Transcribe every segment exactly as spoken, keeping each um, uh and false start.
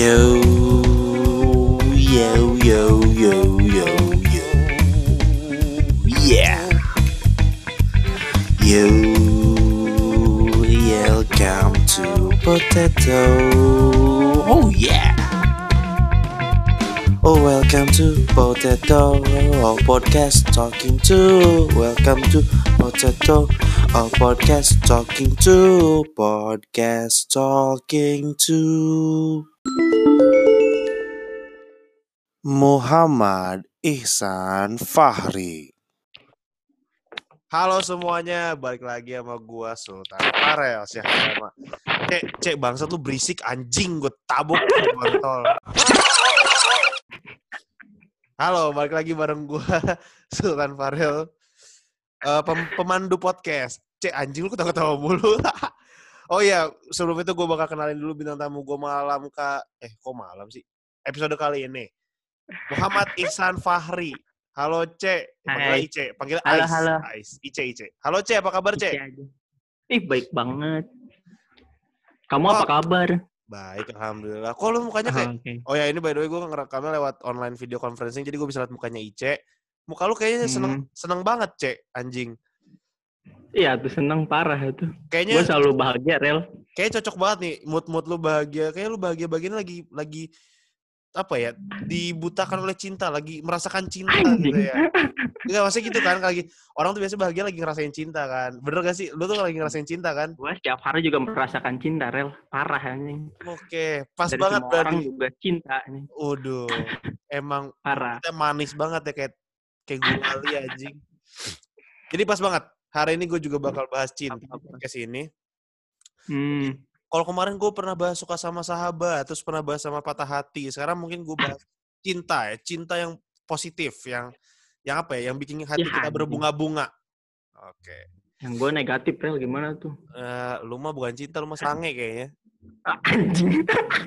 Yo, yo, yo, yo, yo, yo. Yeah. Yo, welcome to Potato. Oh yeah. Oh, welcome to Potato, our podcast talking to. Welcome to Potato, our podcast talking to. Podcast talking to. Muhammad Ihsan Fahri. Halo semuanya, balik lagi sama gua Sultan Farel. Ya, sama. Cek, cek bangsa tuh berisik anjing, gue tabok kontol. Halo, balik lagi bareng gue, Sultan Farel, uh, pem- pemandu podcast. Cek anjing lu ketawa-ketawa mulu. Oh iya, sebelum itu gue bakal kenalin dulu bintang tamu gue malam kak. Eh, kok malam sih? Episode kali ini Muhammad Ihsan Fahri. Halo Cek, panggil Ice, panggil halo, Ice, halo. Ice, Ice, Ice. Halo Cek, apa kabar Cek? Ih, baik banget. Kamu Oh, apa kabar? Baik, alhamdulillah. Kok lu mukanya kayak... Oh, okay. Oh ya, ini by the way gue ngerekamnya lewat online video conferencing, jadi gue bisa lihat mukanya Ice. Muka lu kayaknya seneng, Hmm. seneng banget, Cek, anjing. Iya, tuh seneng parah itu. Kayaknya... Gue selalu bahagia, Rel. Kayaknya cocok banget nih, mood-mood lu bahagia. Kayaknya lu bahagia bagian lagi... lagi apa ya, dibutakan oleh cinta, lagi merasakan cinta Anjing. gitu ya. Enggak, maksudnya gitu kan, lagi orang tuh biasa bahagia lagi ngerasain cinta kan. Bener gak sih? Lu tuh lagi ngerasain cinta kan? Gue setiap hari juga merasakan cinta, Rel. Parah, anjing. Oke, pas Dari banget semua berarti. orang juga cinta. Anjing. Waduh, emang parah. kita manis banget ya, kayak kayak gulali anjing. Jadi pas banget. Hari ini gue juga bakal bahas cinta di podcast ini. Hmm. Kalau kemarin gue pernah bahas suka sama sahabat, terus pernah bahas sama patah hati. Sekarang mungkin gue bahas cinta ya, cinta yang positif, yang yang apa ya, yang bikin hati Ya, kita anjing. berbunga-bunga. Oke. Yang gue negatif, Rel, gimana tuh? Uh, lu mah bukan cinta, lu mah sange kayaknya. Ah, anjing.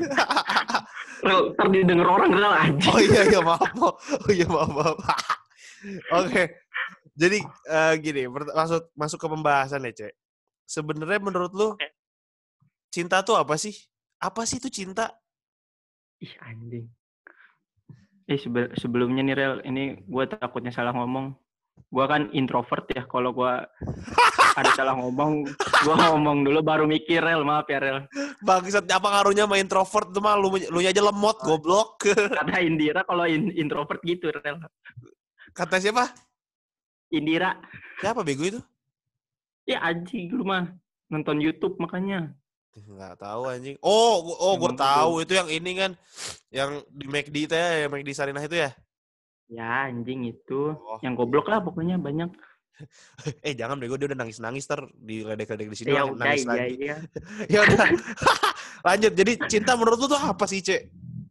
Rel, ntar didengar orang, Rel, anjing. Oh iya, iya, maaf. Oh iya, maaf, maaf. Oke. Jadi uh, gini, masuk masuk ke pembahasan ya, Cek. Sebenarnya menurut lu, okay. Cinta tuh apa sih? Apa sih itu cinta? Ih, anjing. Eh, sebe- sebelumnya nih, Rel, ini gue takutnya salah ngomong. Gue kan introvert ya, kalau gue ada salah ngomong, gue ngomong dulu baru mikir, Rel. Maaf ya, Rel. Bangsat, apa ngaruhnya main introvert? Itu mah lu, lu aja lemot, oh. Goblok. Kata Indira kalau in- introvert gitu, Rel. Kata siapa? Indira. Siapa bego itu? Ya, anjing, lu mah nonton YouTube makanya. Nggak tahu anjing. Oh, oh gue tahu itu yang ini kan, yang di McD itu ya, yang McD Sarinah itu ya. Ya, anjing itu. Oh. Yang goblok lah pokoknya banyak. eh, jangan bego, dia udah nangis-nangis ter di ledek-ledek di sini ya, nangis udah, lagi. Iya, Ya udah. Lanjut. Jadi cinta menurut lu tuh apa sih, Cek?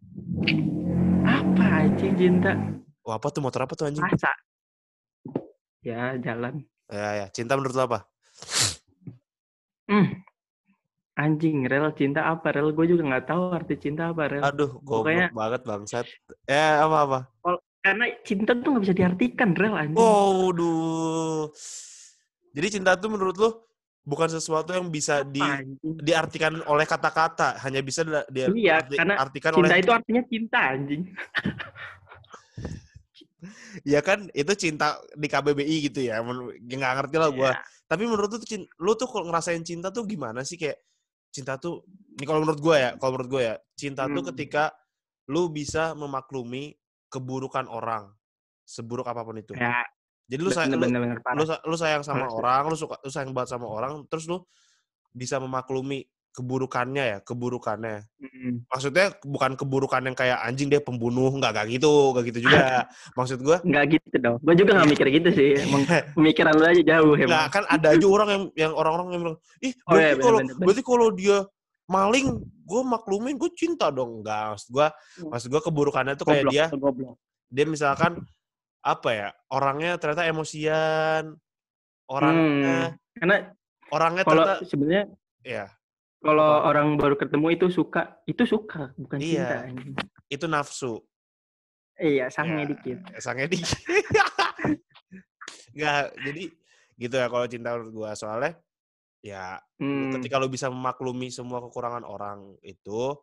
Apa anjing cinta? Oh, apa tuh, motor apa tuh anjing? Masa? Ya, jalan. Ya, ya. Cinta menurut lu apa? Hmm. Anjing, Rel, cinta apa, Rel? Gue juga nggak tahu arti cinta apa, Rel. Aduh, goblok Pokoknya... banget bangsat. Ya, apa-apa? Karena cinta tuh nggak bisa diartikan, Rel, anjing. Oh, duh. Jadi cinta tuh menurut lu bukan sesuatu yang bisa di, diartikan oleh kata-kata, hanya bisa di, iya, di, karena diartikan cinta oleh... itu artinya cinta, anjing. Ya kan, itu cinta di K B B I gitu ya. Nggak ngerti lah gue. Yeah. Tapi menurut lu tuh, lu tuh kalau ngerasain cinta tuh gimana sih? Kayak cinta tuh, ini kalau menurut gue ya, kalau menurut gue ya, cinta hmm. tuh ketika lu bisa memaklumi keburukan orang, seburuk apapun itu. Ya, jadi lu, say- bener, lu, bener, lu, lu sayang sama Maksud. orang, lu suka, lu sayang banget sama orang, terus lu bisa memaklumi keburukannya ya, keburukannya. Hmm. Maksudnya bukan keburukan yang kayak anjing dia pembunuh, nggak kayak gitu, nggak gitu juga. Maksud gue? Nggak gitu dong. Gue juga nggak mikir gitu sih. Emang pemikiran lu aja jauh. Nggak, kan ada aja orang yang, yang orang-orang yang bilang, ih berarti oh, iya, kalau berarti kalau dia maling, gue maklumin, gue cinta dong. Enggak, maksud gue, maksud gue keburukannya tuh kayak goblok, dia, goblok. dia misalkan apa ya, orangnya ternyata emosian, orangnya, hmm, karena orangnya kalau ternyata, sebenarnya, ya, kalau orang baru ketemu itu suka, itu suka, bukan iya, cinta. Itu nafsu. Iya, sange ya, dikit. Sange dikit. Nggak, jadi gitu ya kalau cinta menurut gue, soalnya ya hmm. ketika lo bisa memaklumi semua kekurangan orang itu,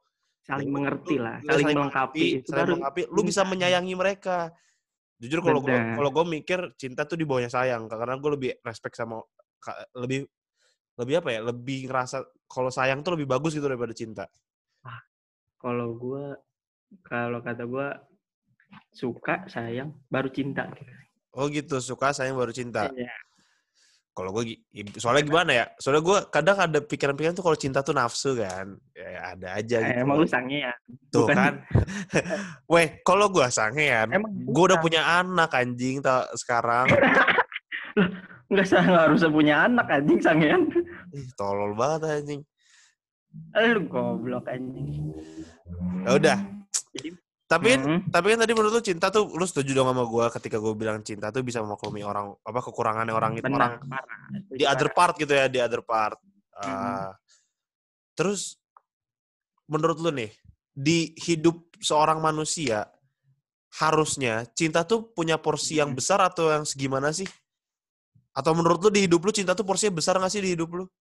saling Lu- mengerti lu- lah, lu saling saling melengkapi. mengerti, Itu saling baru melengkapi, lu bisa cinta. menyayangi mereka. Jujur kalau gue Benar. kalau gue mikir cinta tuh di bawahnya sayang, karena gue lebih respect sama ka- lebih lebih apa ya? Lebih ngerasa kalau sayang tuh lebih bagus gitu daripada cinta. Ah, kalau gue, kalau kata gue suka, sayang, baru cinta. Oh gitu, suka sayang baru cinta. Iya. Kalau gue, soalnya gimana ya? Soalnya gue kadang ada pikiran-pikiran tuh kalau cinta tuh nafsu kan. Ya ada aja Eh, gitu emang loh. lu sange ya? Tuh Bukan. kan. Weh, kalau gue sangean, Emang gue udah bukan. punya anak anjing tak sekarang. Nggak sah, nggak harus punya anak anjing sangean. Ih, tolol banget anjing. Lu goblok anjing. Ya udah. Jadi, Tapi kan, hmm, tapi kan tadi menurut lu cinta tuh, lu setuju dong sama gue ketika gue bilang cinta tuh bisa memaklumi orang, apa kekurangannya orang itu, orang benar, parah. di Setuju, other parah. part gitu ya, di other part. Hmm. Uh, terus menurut lu nih, di hidup seorang manusia harusnya cinta tuh punya porsi yang Hmm. besar atau yang segimana sih? Atau menurut lu di hidup lu cinta tuh porsinya besar nggak sih di hidup lu?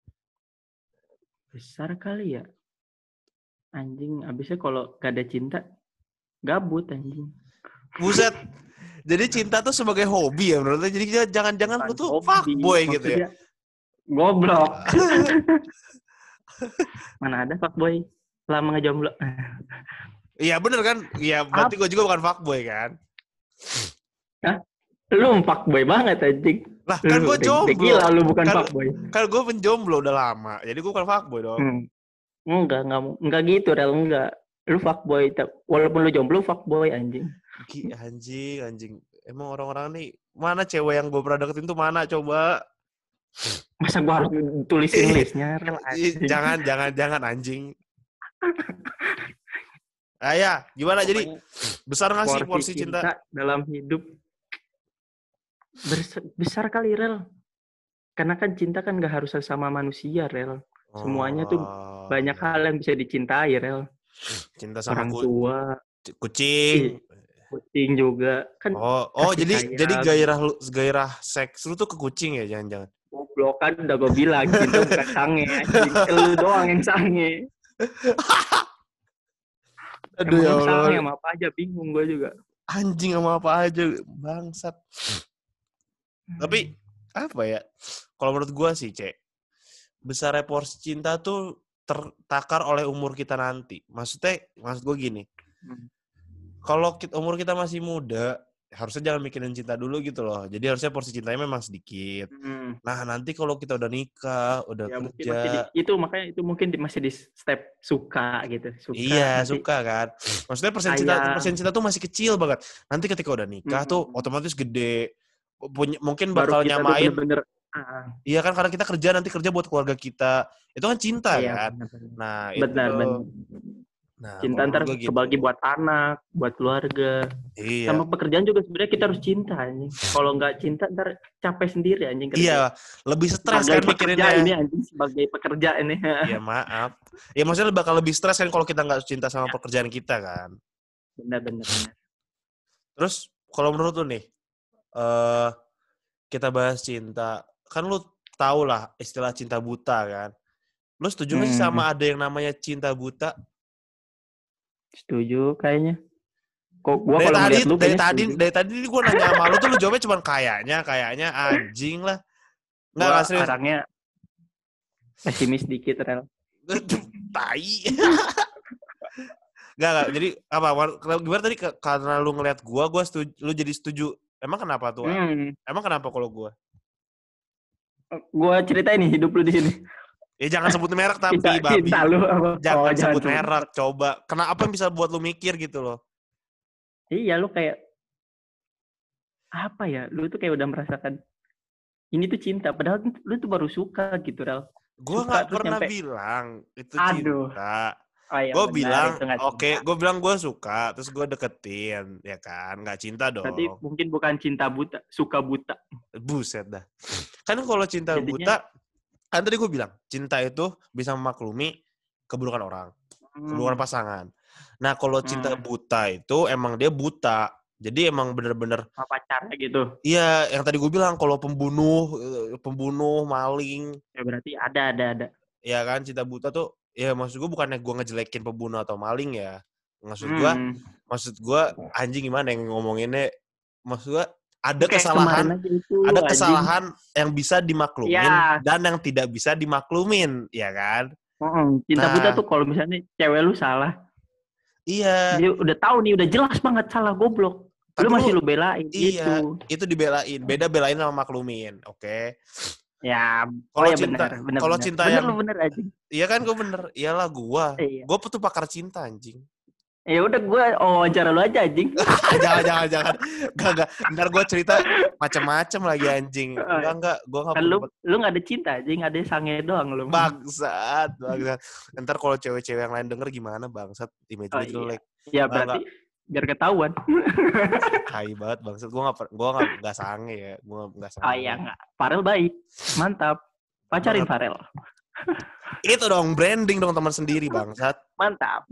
Besar kali ya. Anjing, abisnya kalau gak ada cinta, gabut anjing. Buset. Jadi cinta tuh sebagai hobi ya menurut lu. Jadi jangan-jangan lu Bukan tuh hobi, fuckboy gitu ya. maksudnya goblok. Mana ada fuckboy lama ngejomblo. Iya bener kan? Iya berarti gue juga bukan fuckboy kan? Hah? Lu fuckboy banget anjing. Lah kan Lu gue udah, udah jomblo. gila lu bukan Kan, fuckboy. kan gue penjomblo udah lama. Jadi gue bukan fuckboy dong. Hmm. Enggak, enggak, enggak gitu, Rel, enggak. Lu fuckboy, walaupun lu jomblo fuckboy anjing. Ki, anjing, anjing. Emang orang-orang nih, mana cewek yang gue pernah deketin tuh mana coba? Masa gua harus tulisin listnya, Rel, anjing. Jangan, jangan, jangan anjing. Ah ya, gimana Pokoknya jadi? Besar nggak sih porsi cinta? cinta dalam hidup? Bers- besar kali, Rel. Karena kan cinta kan gak harus sama manusia, Rel. Semuanya tuh Oh, banyak hal yang bisa dicintai, Rel. cinta sama Orang ku, tua, kucing. ih, kucing juga kan. Oh, oh Kasih jadi sayang. jadi gairah lu, gairah seks lu tuh ke kucing ya, jangan-jangan. Goblok, kan udah gue bilang cinta bukan sange, anjing. Lu doang yang sange. Aduh Emang ya lu Allah. sange sama apa aja, bingung gue juga. Anjing sama apa aja, bangsat. Tapi apa ya? Kalau menurut gua sih, Cek, besarnya porsi cinta tuh tertakar oleh umur kita nanti. Maksudnya, maksud gua gini. Hmm. Kalau kita, umur kita masih muda, harusnya jangan mikirin cinta dulu gitu loh. Jadi harusnya porsi cintanya memang sedikit. Hmm. Nah, nanti kalau kita udah nikah, udah Ya, mungkin kerja. masih di, itu makanya itu mungkin di, masih di step suka gitu. Suka, Iya, nanti suka kan. Maksudnya persen cinta, sayang. persen cinta tuh masih kecil banget. Nanti ketika udah nikah Hmm. tuh otomatis gede. Punya, mungkin Baru bakal kita tuh nyamain. bener-bener. Ah, Iya kan, karena kita kerja, nanti kerja buat keluarga kita. Itu kan cinta iya, kan. benar-benar. Nah, Benar, itu. benar. Nah, Cinta kalau ntar menurut gue gitu. kebagi buat anak, buat keluarga. Iya. Sama pekerjaan juga sebenarnya kita harus cinta anjing. Kalau nggak cinta ntar capek sendiri anjing kerja. Iya, lebih stres sebagai kan mikirinnya. Ini anjing sebagai pekerja ini. Iya, maaf. Ya maksudnya bakal lebih stres kan kalau kita nggak cinta sama pekerjaan kita kan. Benar, benar, benar. Terus kalau menurut lu nih, uh, kita bahas cinta. Kan lu tau lah istilah cinta buta kan. Lu setuju nggak sih Hmm. sama ada yang namanya cinta buta? Setuju kayaknya. Kok gua Dari kalau tadi, ngeliat lu dari kayaknya tadi, setuju. dari tadi gue nanya sama lu tuh lu jawabnya cuma kayaknya, kayaknya anjing lah. Nggak, Gua nggak serius. orangnya pesimis dikit, Rel. Tai. Nggak, nggak. Jadi apa? Gimana tadi karena lu ngeliat gua, gua setuju, lu jadi setuju. Emang kenapa tuh? Hmm. Emang kenapa kalau gua? Gua ceritain nih hidup lu di sini. Ya jangan sebut merek tapi Cinta, babi. cinta lu apa? Jangan Oh, sebut jangan merek, coba. Kenapa apa yang bisa buat lu mikir gitu loh? Iya, lu kayak apa ya? Lu tuh kayak udah merasakan ini tuh cinta, padahal lu tuh baru suka gitu, Rel. Gua nggak pernah nyampe... bilang itu Aduh. cinta. Oh, iya, gue bilang, oke, okay, gue bilang gue suka, terus gue deketin, ya kan, nggak cinta dong. Berarti mungkin bukan cinta buta, suka buta. Buset dah. Kan kalau cinta Jadinya... buta, kan tadi gue bilang, cinta itu bisa memaklumi keburukan orang, hmm. keburukan pasangan. Nah, kalau cinta hmm. buta itu emang dia buta. Jadi emang bener-bener pacarnya gitu. Iya, yang tadi gue bilang kalau pembunuh, pembunuh, maling. Ya berarti ada, ada, ada. Ya kan, cinta buta tuh ya maksud gue bukannya gue ngejelekin pembunuh atau maling ya. Maksud gue, hmm. maksud gue anjing gimana yang ngomonginnya? Maksud gue ada kayak kesalahan, itu, ada anjing. Kesalahan yang bisa dimaklumin ya. Dan yang tidak bisa dimaklumin, ya kan? Mm-mm. Cinta nah, buta tuh kalau misalnya cewek lu salah, iya. Dia udah tahu nih, udah jelas banget salah goblok. Tapi lu masih lu belain iya, gitu. Itu dibelain. Beda belain sama maklumin, oke? Okay? Ya, kalau oh ya cinta, kalau cinta bener, yang lu bener anjing. Iya kan gue bener. Iyalah gua. Iya. Gua tuh pakar cinta anjing. Ya udah gue oh wawancara lu aja anjing. jangan jangan jangan. Enggak enggak. Ntar gue cerita macam-macam lagi anjing. Enggak enggak. Gue enggak kan lu lu enggak ada cinta anjing, ada sange doang lu. Bangsat, bangsat. Ntar kalau cewek-cewek yang lain denger gimana bangsat? Image gue jelek. Iya berarti enggak. Biar ketahuan. Hai banget bangsat. Gue enggak gue enggak enggak sange ya. Gue enggak sange. Oh iya enggak. Farel baik. Mantap. Pacarin Farel. Itu dong branding dong teman sendiri bangsat. Mantap.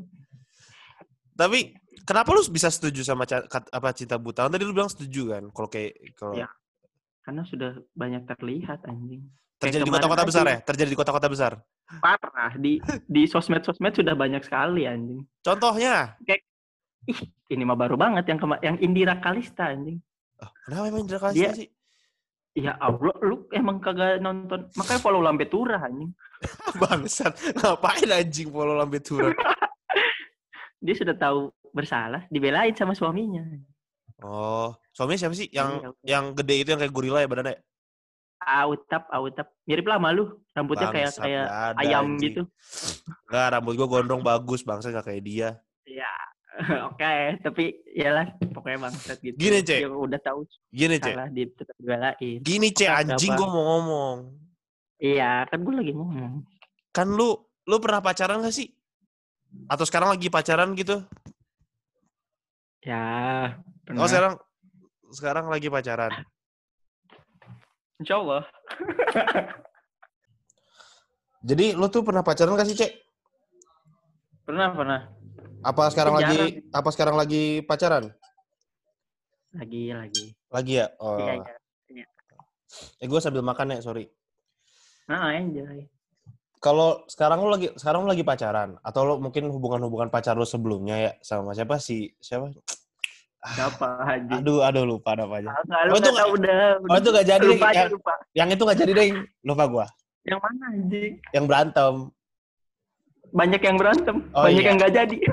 Tapi kenapa lu bisa setuju sama c- apa cinta buta? Tadi lu bilang setuju kan? Kalau kayak kalau ya, karena sudah banyak terlihat anjing. Terjadi di kota-kota besar ya? Terjadi di kota-kota besar. Parah di di sosmed-sosmed sudah banyak sekali anjing. Contohnya? Kayak ih, ini mah baru banget yang kema- yang Indira Kalista anjing. Oh, kenapa emang Indira Kalista Dia, sih? Ya Allah, lu emang kagak nonton. Makanya follow Lambe Tura anjing. Bangsat, ngapain anjing follow Lambe Tura? Dia sudah tahu bersalah, dibelain sama suaminya. Oh, suaminya siapa sih? Yang iya, yang gede itu yang kayak gorila ya badannya? Autap, Autap. Mirip lah malu. Rambutnya bangsat, kayak kayak ayam anjing. Gitu. Enggak, rambut gua gondrong bagus, bangsa enggak kayak dia. Iya. Oke, okay. Tapi iyalah pokoknya bangsat gitu. Gini, Cek. Dia udah tahu. Gini, Cek. Salah dia tetap dibelain. Gini, Cek, anjing gua mau ngomong. Iya, kan gua lagi ngomong. Kan lu lu pernah pacaran enggak sih? Atau sekarang lagi pacaran gitu? Ya, pernah. Oh, sekarang sekarang lagi pacaran. Insya Allah. Jadi, lu tuh pernah pacaran gak sih, Cek? Pernah, pernah. Apa sekarang Sejarah. lagi apa sekarang lagi pacaran? Lagi, lagi. Lagi ya? Oh. Iya, iya. iya. Eh, gue sambil makan ya, sorry. Nah, enjoy. Kalau sekarang lu lagi sekarang lu lagi pacaran atau lu mungkin hubungan-hubungan pacar lu sebelumnya ya sama siapa sih? Siapa? Siapa aja? Aduh, aduh lupa apa aja. Ah, oh, itu gak, udah, oh, itu gak jadi. Lupa yang, aja, lupa. Yang itu gak jadi deh. Lupa gua. Yang mana anjing? Yang berantem. Banyak yang berantem. Oh, Banyak iya. yang gak jadi.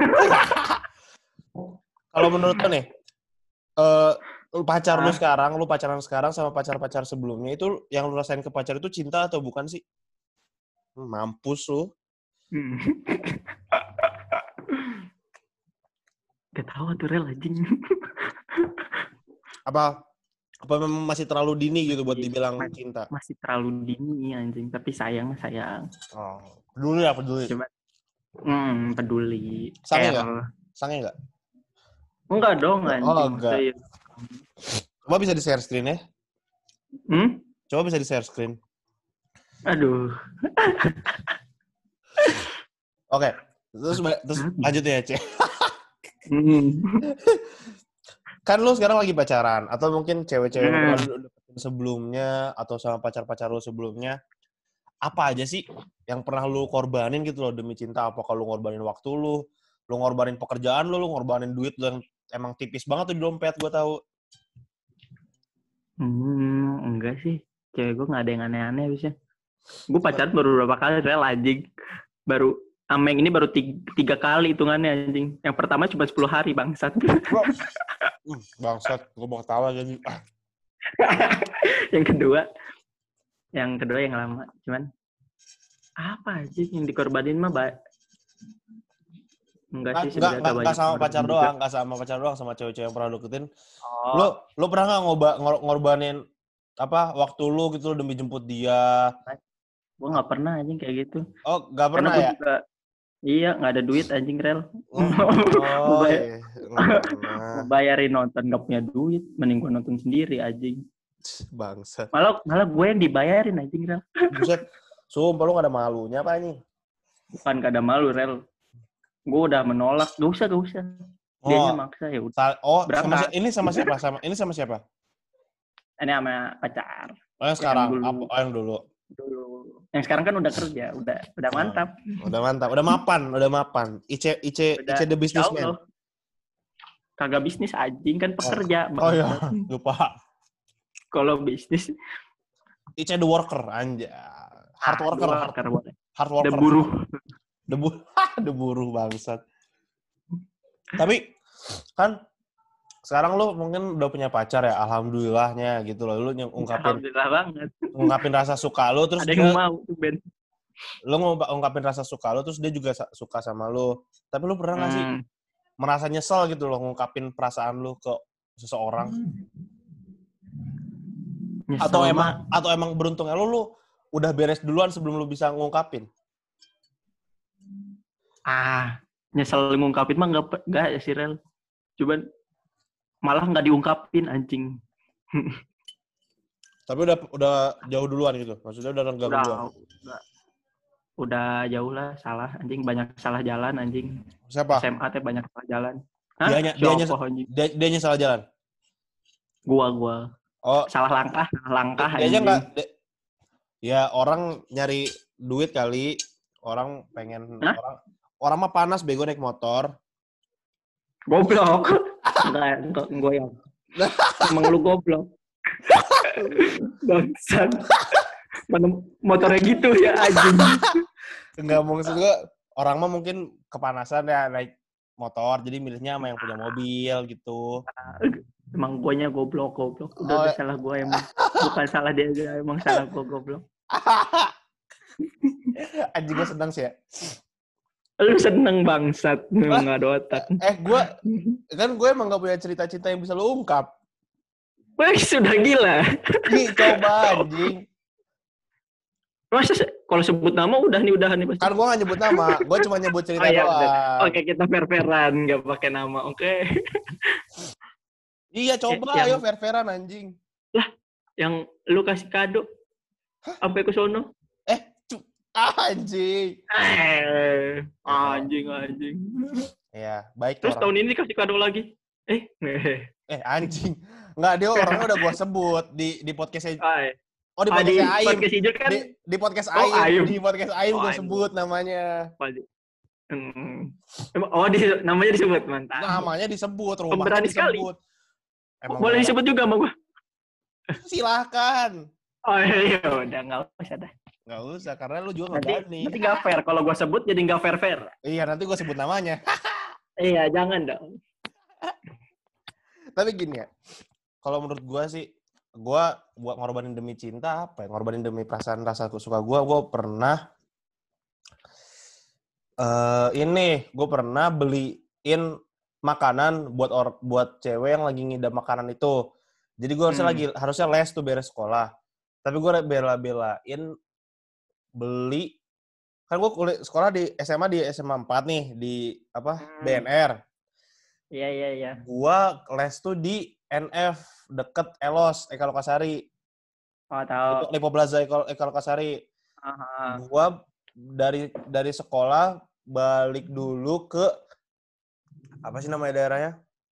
Kalau menurut lu nih, uh, lu pacar ah. lu sekarang, lu pacaran sekarang sama pacar-pacar sebelumnya itu yang lu rasain ke pacar itu cinta atau bukan sih? Mampus lu. Hmm. Gak tau tuh rel anjing. Apa apa memang masih terlalu dini gitu buat dibilang masih, cinta? Masih terlalu dini anjing, tapi sayang sayang. Oh, peduli ya peduli. Cuma hmm, peduli. Sange enggak? Sange enggak? Enggak dong anjing. Oh, enggak. Saya... Coba bisa di-share screen ya? Hmm? Coba bisa di-share screen. Aduh. Oke, okay. terus terus lanjut ya, Cek. Hmm. Kan lu sekarang lagi pacaran atau mungkin cewek-cewek yang hmm. lu deketin sebelumnya atau sama pacar-pacar lu sebelumnya, apa aja sih yang pernah lu korbanin gitu loh demi cinta? Apakah lu ngorbanin waktu lu, lu ngorbanin pekerjaan lu, lu ngorbanin duit lu yang emang tipis banget tuh di dompet, gue tahu. Hmm, enggak sih. Cewek gue nggak ada yang aneh-aneh bisa. Gue pacaran baru berapa kali, rel anjing. Baru, Ameng ini baru tiga, tiga kali hitungannya anjing. Yang pertama cuma sepuluh hari, bangsat. Bro. Uh, bangsat, gue mau ketawa jadi. Yang kedua, yang kedua yang lama. Cuman, apa aja yang dikorbanin mah, Mbak? Enggak sih, sebenarnya enggak, enggak sama pacar juga. doang, enggak sama pacar doang, sama cewek-cewek yang pernah deketin. Oh. Lu, lu pernah nggak ngoba, ngor- ngorbanin apa waktu lu gitu demi jemput dia? Gue nggak pernah anjing kayak gitu. Oh, nggak pernah ya? Juga, iya, nggak ada duit anjing rel. Oh, mau bayar, iya. mau bayarin nonton nggak punya duit, mending gue nonton sendiri anjing. Bangsa. Malah malah gue yang dibayarin anjing rel. Buset, sumpah lu nggak ada malunya apa anjing? Bukan nggak ada malu rel. Gue udah menolak, gak usah gak usah. Dianya oh, maksa ya udah. Oh, sama si- ini sama siapa? Sama ini sama siapa? Ini sama pacar. Oh, yang sekarang? Yang dulu. Apa? Oh, yang dulu. Dulu. Yang sekarang kan udah kerja, udah udah mantap. Oh, udah mantap, udah mapan, udah mapan. Ice Ice Udah, Ice the businessman. Kagak bisnis anjing kan pekerja. Oh, oh iya, lupa. Kalau bisnis Ice the worker, anjay. Hard worker, ah, hard, worker. hard worker. The buruh. The buruh, the buruh bangsat. Tapi kan sekarang lu mungkin udah punya pacar ya, alhamdulillahnya gitu loh. Lu ngungkapin Alhamdulillah banget. Ngungkapin rasa suka lu terus ada dia, yang mau tuh Ben. Lu ngungkapin rasa suka lu terus dia juga suka sama lu. Tapi lu pernah nggak hmm. sih merasa nyesel gitu loh ngungkapin perasaan lu ke seseorang? Nyesel atau emang mah. atau emang beruntungnya lu lu udah beres duluan sebelum lu bisa ngungkapin? Ah, nyesel ngungkapin mah enggak enggak ya sih Rel. Cuman malah nggak diungkapin anjing. Tapi udah udah jauh duluan gitu. Maksudnya udah renggang duluan. Udah, udah jauh lah, salah anjing, banyak salah jalan anjing. Siapa? S M A teh banyak salah jalan. Hah? Dia dia dia, dia nya salah jalan. Gua gua. Oh, salah langkah, salah langkah dia aja enggak ya orang nyari duit kali, orang pengen Hah? orang orang mah panas bego naik motor. Goblok. Enggak, enggak goyang. Emang lu goblok. Bangsat. Mana motornya gitu ya anjing. Enggak maksud gua orang mah mungkin kepanasan ya naik motor jadi milihnya sama yang punya mobil gitu. Emang guanya goblok goblok. Udah, oh, udah salah gua emang. Bukan salah dia aja, emang salah gua goblok. Anjing gua senang sih ya. Lu seneng bangsat, nggak ada otak. Eh, gue, kan gue emang gak punya cerita cinta yang bisa lu ungkap. Wah, sudah gila. Nih, coba anjing. Masa kalau sebut nama udah nih, udahan nih pasti. Kan gue gak nyebut nama, gue cuma nyebut cerita oh, iya, doang. Oke, kita fair-fairan, gak pakai nama, oke. Iya, coba, ya, ayo yang... fair-fairan anjing. Lah, yang lu kasih kado, sampai ke sono. Anjing. Eh, anjing, anjing. Ya, baik. Terus orang. Tahun ini kasih kado lagi. Eh, eh anjing. Enggak, dia orangnya udah gua sebut di di podcast Ay. Oh, di podcast ah, Aim. Podcast kan? Di, di podcast oh, Aim. Aim. Di podcast Aim oh, gua sebut namanya. Hmm. Oh, di, namanya disebut, mantap. Namanya disebut, rumahnya Pemberani disebut. Sekali. Emang boleh disebut juga sama gua. Silahkan. Oh iya, udah nggak usah dah. Nggak usah, karena lu juga nggak berani. Nanti nggak fair. Kalau gue sebut jadi nggak fair-fair. Iya, nanti gue sebut namanya. Iya, jangan dong. Tapi gini ya, kalau menurut gue sih, gue buat ngorbanin demi cinta, apa ya, ngorbanin demi perasaan rasa suka gue, gue pernah, uh, ini, gue pernah beliin makanan buat or, buat cewek yang lagi ngidam makanan itu. Jadi gue harusnya hmm. lagi, harusnya les tuh beres sekolah. Tapi gue bela-belain beli, kan gue kuliah sekolah di S M A di S M A empat nih di apa hmm. B N R. Iya iya iya. Gue les tuh di N F deket Elos Eka Lokasari. Oh tahu. Lipo Plaza Eka, Eka Lokasari. Uh-huh. Gue dari dari sekolah balik dulu ke apa sih namanya daerahnya?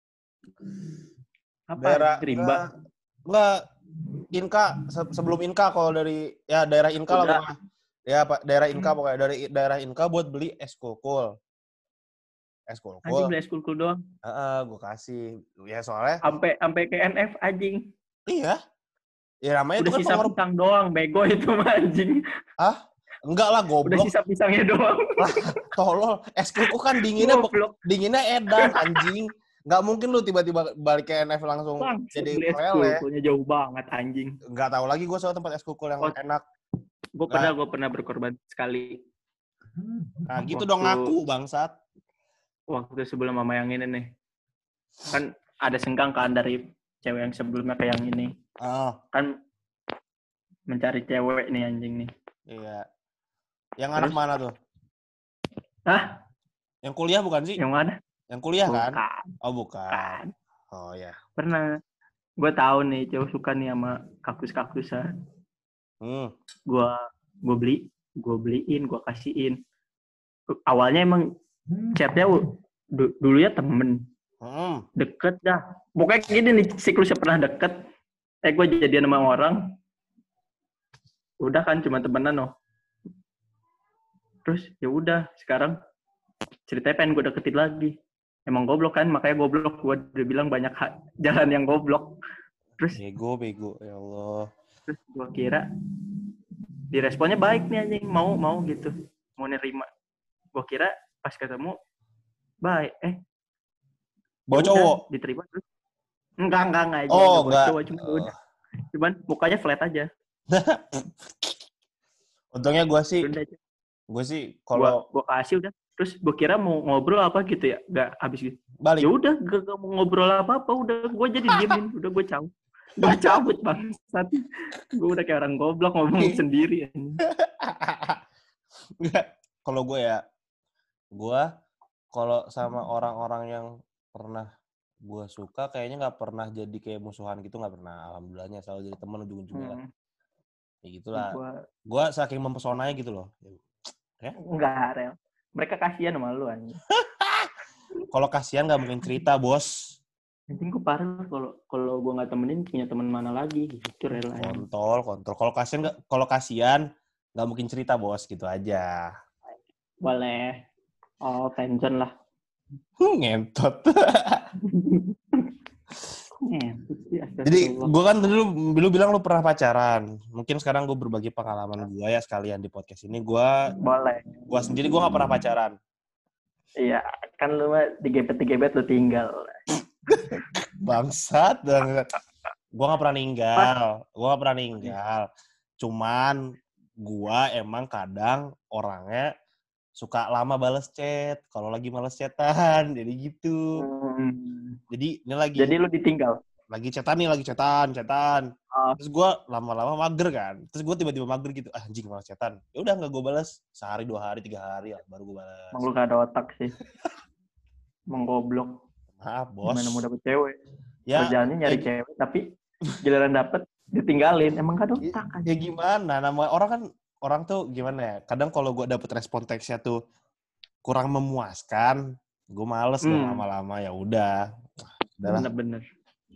Apa? Daerah Rimba. Enggak. Inka sebelum Inka kalau dari ya daerah Inka lah pokoknya. Ya Pak, daerah Inka hmm. pokoknya dari daerah Inka buat beli es kulkul. Es kulkul. Anjing beli es kulkul doang. Heeh, uh, gue kasih. Ya soalnya sampai sampai ke N F anjing. Iya. Ya namanya udah itu kan sisa pisang doang, bego itu mah anjing. Ah? Enggak lah, goblok. Udah sisa pisangnya doang. Lah, tolol. Es kulkul kan dinginnya dinginnya edan anjing. Nggak mungkin lu tiba-tiba balik ke N F langsung Bang, jadi lele. Kulkulnya jauh banget anjing. Nggak tahu lagi gue soal tempat es kulkul yang oh, enak. Gue pernah, gue pernah berkorban sekali. Nah gitu waktu, dong ngaku bangsat. Waktu sebelum mama yang ini nih. Kan ada senggang kan dari cewek yang sebelumnya ke yang ini. Oh. Kan mencari cewek nih anjing nih. Iya. Yang anak mana tuh? Hah? Yang kuliah bukan sih? Yang mana? Yang kuliah bukan. kan? Oh bukan. Bukan. Oh ya. Pernah. Gue tahu nih cewek suka nih sama kaktus-kaktusan. Hmm. Gue gue beli, gue beliin, gue kasihin. Awalnya emang chatnya du- dulu ya temen, hmm. deket dah. Pokoknya gini nih siklusnya pernah deket. Eh gue jadian sama orang. Udah kan cuma temenan loh. Terus ya udah sekarang ceritanya pengen gue deketin lagi. Emang goblok kan, makanya goblok. Gue udah bilang banyak ha- jalan yang goblok. Terus, Bego, bego. Ya Allah. terus gue kira diresponnya baik nih anjing, mau mau gitu, mau nerima. Gue kira pas ketemu baik, eh Bawa ya udah cowok. diterima terus. Enggak enggak enggak aja, Oh, enggak bawa enggak. cowok, cuma ya udah. Cuman mukanya flat aja. Untungnya gue sih, Udah aja. gue sih Gua kalau gua kasih udah. Terus gue kira mau ngobrol apa gitu ya, enggak habis gitu. balik. Ya udah, gak, gak mau ngobrol apa-apa, udah gue jadi diemin, udah gue cabut. Gue cabut bangsat. Gue udah kayak orang goblok ngomong sendiri. Enggak. Kalau gue ya, gue kalau sama orang-orang yang pernah gue suka kayaknya nggak pernah jadi kayak musuhan gitu, nggak pernah. Alhamdulillahnya selalu jadi teman ujung-ujungnya lah. Hmm, Ya gitulah. gua Gue saking mempesonanya gitu loh. Ya. enggak, Rel. Mereka kasihan sama lu anjing. Kalau kasihan nggak mungkin cerita, bos. Anjing gue parah kalau kalau gue nggak temenin punya teman mana lagi gitu, Rel. Kontol, kontol. Kalau kasihan nggak, kalau kasihan nggak mungkin cerita, bos. Gitu aja. Boleh. Oh, pension lah. Ngentot. Jadi Jadi gue kan dulu dulu bilang lu pernah pacaran. Mungkin sekarang gue berbagi pengalaman gue ya sekalian di podcast ini. Gue boleh. gue sendiri gue nggak pernah pacaran. Iya, kan lu mah digebet-digebet lu tinggal. Bangsat, bangsat. Gue nggak pernah ninggal. Gue nggak pernah ninggal. Cuman gue emang kadang orangnya suka lama bales chat. Kalau lagi males chatan, jadi gitu. Hmm. Jadi ini lagi. Jadi lu ditinggal. Lagi chatan nih, lagi chatan, chatan. Oh. Terus gue lama-lama mager kan. Terus gue tiba-tiba mager gitu. Ah, anjing malas chatan. Ya udah nggak gue balas. Sehari, dua hari, tiga hari lah baru gue balas. Emang lu gak ada otak sih. Emang goblok. Maaf bos. Gimana mau dapet cewek? Ya, kerjaannya nyari ya, cewek, tapi giliran dapet ditinggalin. Emang gak ada otak kan? Ya gimana? Nama orang kan orang tuh gimana ya? Kadang kalau gue dapet respon teksnya tuh kurang memuaskan, gue males hmm. dong lama-lama. Ya udah, udahlah. Bener-bener.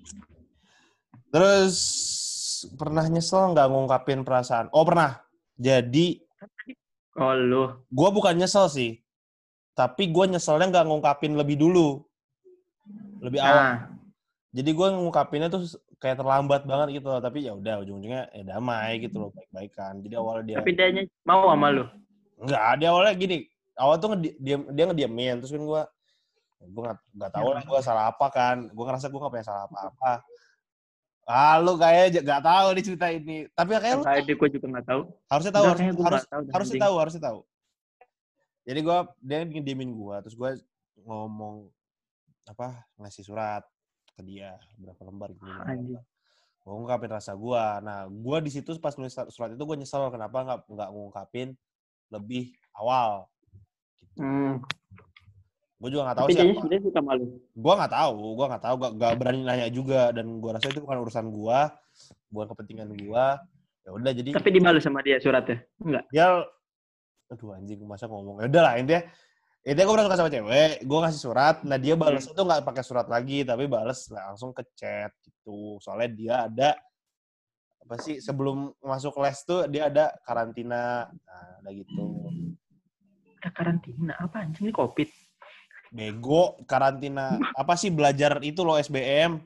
Terus pernah nyesel nggak ngungkapin perasaan? Oh pernah. Jadi, oh lu. Gue bukan nyesel sih, tapi gue nyeselnya nggak ngungkapin lebih dulu, lebih awal. Nah. Jadi gue ngungkapinnya tuh kayak terlambat banget gitu loh. Tapi ya udah ujung-ujungnya ya damai gitu loh, baik-baikan. Jadi awalnya dia. Tapi dia mau sama lu? Enggak, dia awalnya gini. Awal tuh ngedi- dia dia ngediamin, terus kan gue, gue nggak nggak tahu lah gue salah apa kan. Gue ngerasa gue nggak punya salah apa-apa. Ah, lu kayaknya nggak tahu nih cerita ini. Tapi kayak lu kayak gue juga nggak tahu. Harusnya tahu, harus, harus, tahu, harusnya tahu, harusnya tahu. Jadi gue dia ngediemin gue, terus gue ngomong apa ngasih surat ke dia berapa lembar gitu. Gue ngungkapin rasa gue. Nah, gue di situ pas nulis surat itu gue nyesel kenapa nggak nggak ngungkapin lebih awal. Gitu. Hmm. Gue juga nggak tahu sih sih. Tapi dia sebenarnya suka malu. Gue nggak tahu, gue nggak tahu, gak, gak berani nanya juga, dan gue rasa itu bukan urusan gue, bukan kepentingan gue. Ya udah jadi. Tapi dibalas sama dia suratnya? Enggak. Dia, aduh anjing masa ngomong. Ya udah lah intinya. Intinya gue pernah suka sama cewek, gue ngasih surat, nah dia balas hmm. itu nggak pakai surat lagi, tapi balas langsung ke chat gitu. Soalnya dia ada apa sih sebelum masuk les tuh dia ada karantina, nah ada gitu. Ada karantina apa anjing ini COVID? Bego, karantina apa sih belajar itu loh S B M?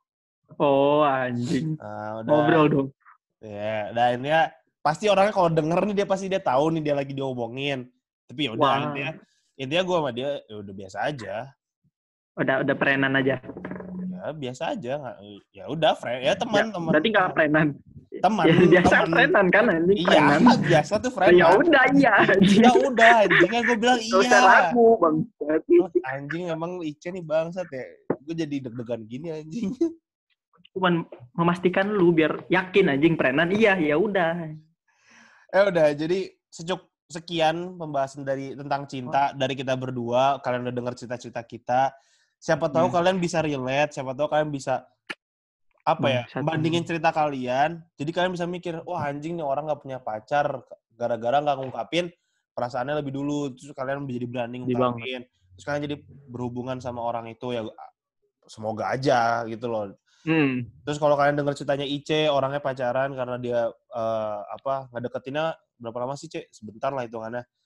Oh anjing. Nah, udah. Ngobrol dong. Ya, dan ya pasti orangnya kalau denger nih dia pasti dia tahu nih dia lagi diomongin. Tapi ya udah intinya intinya gue sama dia ya udah biasa aja. Udah udah prenan aja. Ya biasa aja, ya udah friend ya teman-teman. Ya, berarti nggak prenan. Teman. Ya, biasa teman. Prenan kan anjing iya, prenan. Iya, biasa tuh prenan. Ya udah iya. Ya udah anjingnya gue bilang iya. Gak usah ragu bang. Anjing emang Ice nih bangsat ya. Gue jadi deg-degan gini anjing. Cuman memastikan lu biar yakin anjing prenan. Iya, ya udah. Eh udah, jadi secuk sekian pembahasan dari tentang cinta oh. dari kita berdua. Kalian udah dengar cerita-cerita kita. Siapa tahu hmm. kalian bisa relate, siapa tahu kalian bisa apa ya, Bang, bandingin cerita kalian. Jadi kalian bisa mikir, wah anjing nih orang nggak punya pacar gara-gara nggak ngungkapin perasaannya lebih dulu. Terus kalian jadi berani ngungkapin. Terus kalian jadi berhubungan sama orang itu ya semoga aja gitu loh. Hmm. Terus kalau kalian dengar ceritanya Ice, orangnya pacaran karena dia uh, apa ngedeketinnya berapa lama sih, Cek? Sebentar lah hitungannya.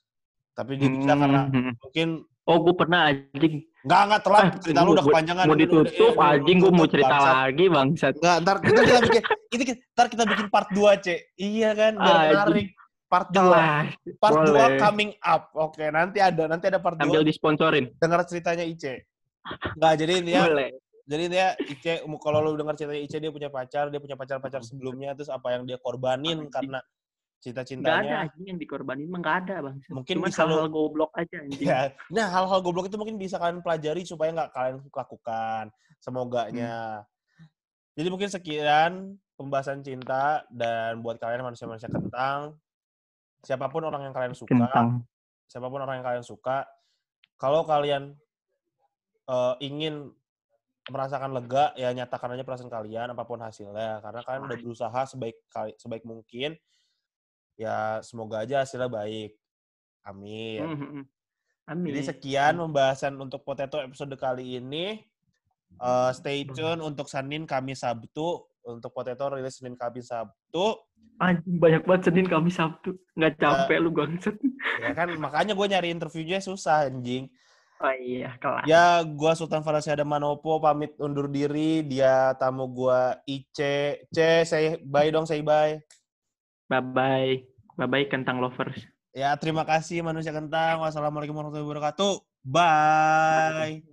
Tapi dia bisa karena Hmm. mungkin Oh, gue pernah anjing. Enggak, enggak telat. Ah, Cerita lu udah gua- kepanjangan. mau Ini udah- ditutup ini udah anjing, gue mau ditutup, cerita bangsat. lagi bangsat. Enggak, ntar, ntar kita bikin ini ntar kita bikin part dua, Cek. Iya kan, biar Anjing. menarik. Part dua. Kelas. Part Boleh. dua coming up. Oke, nanti ada nanti ada part Sambil dua. disponsorin. Dengar ceritanya Ice. Enggak, jadi ini ya. Boleh. Jadi dia Ice, kalau lu dengar ceritanya Ice, dia punya pacar, dia punya pacar-pacar sebelumnya, terus apa yang dia korbanin karena Nggak ada cita-citanya. anjing yang dikorbanin mah nggak ada bang. Mungkin Cuman bisa hal-hal lu- goblok aja anjing. Ya, nah hal-hal goblok itu mungkin bisa kalian pelajari supaya nggak kalian lakukan. Semoganya. Jadi mungkin sekian pembahasan cinta dan buat kalian manusia-manusia kentang, siapapun orang yang kalian suka, Kentang. siapapun orang yang kalian suka, kalau kalian uh, ingin merasakan lega, ya nyatakan aja perasaan kalian apapun hasilnya, karena kalian udah berusaha sebaik sebaik mungkin. Ya semoga aja hasilnya baik. Amin. Mm-hmm. Amin. Jadi sekian pembahasan untuk Potato episode kali ini. Uh, stay tune untuk Senin, Kamis, Sabtu. Untuk Potato rilis Senin, Kamis, Sabtu. Anjing banyak banget Senin, Kamis, Sabtu. Nggak capek uh, lu bangset. Ya kan, makanya gue nyari interviewnya susah anjing. Oh iya, kelas. Ya, gue Sultan Farashada Manopo pamit undur diri. Dia tamu gue Ice. C, say bye dong, say bye. Bye-bye. Bye-bye kentang lovers. Ya, terima kasih manusia kentang. Wassalamualaikum warahmatullahi wabarakatuh. Bye. Bye.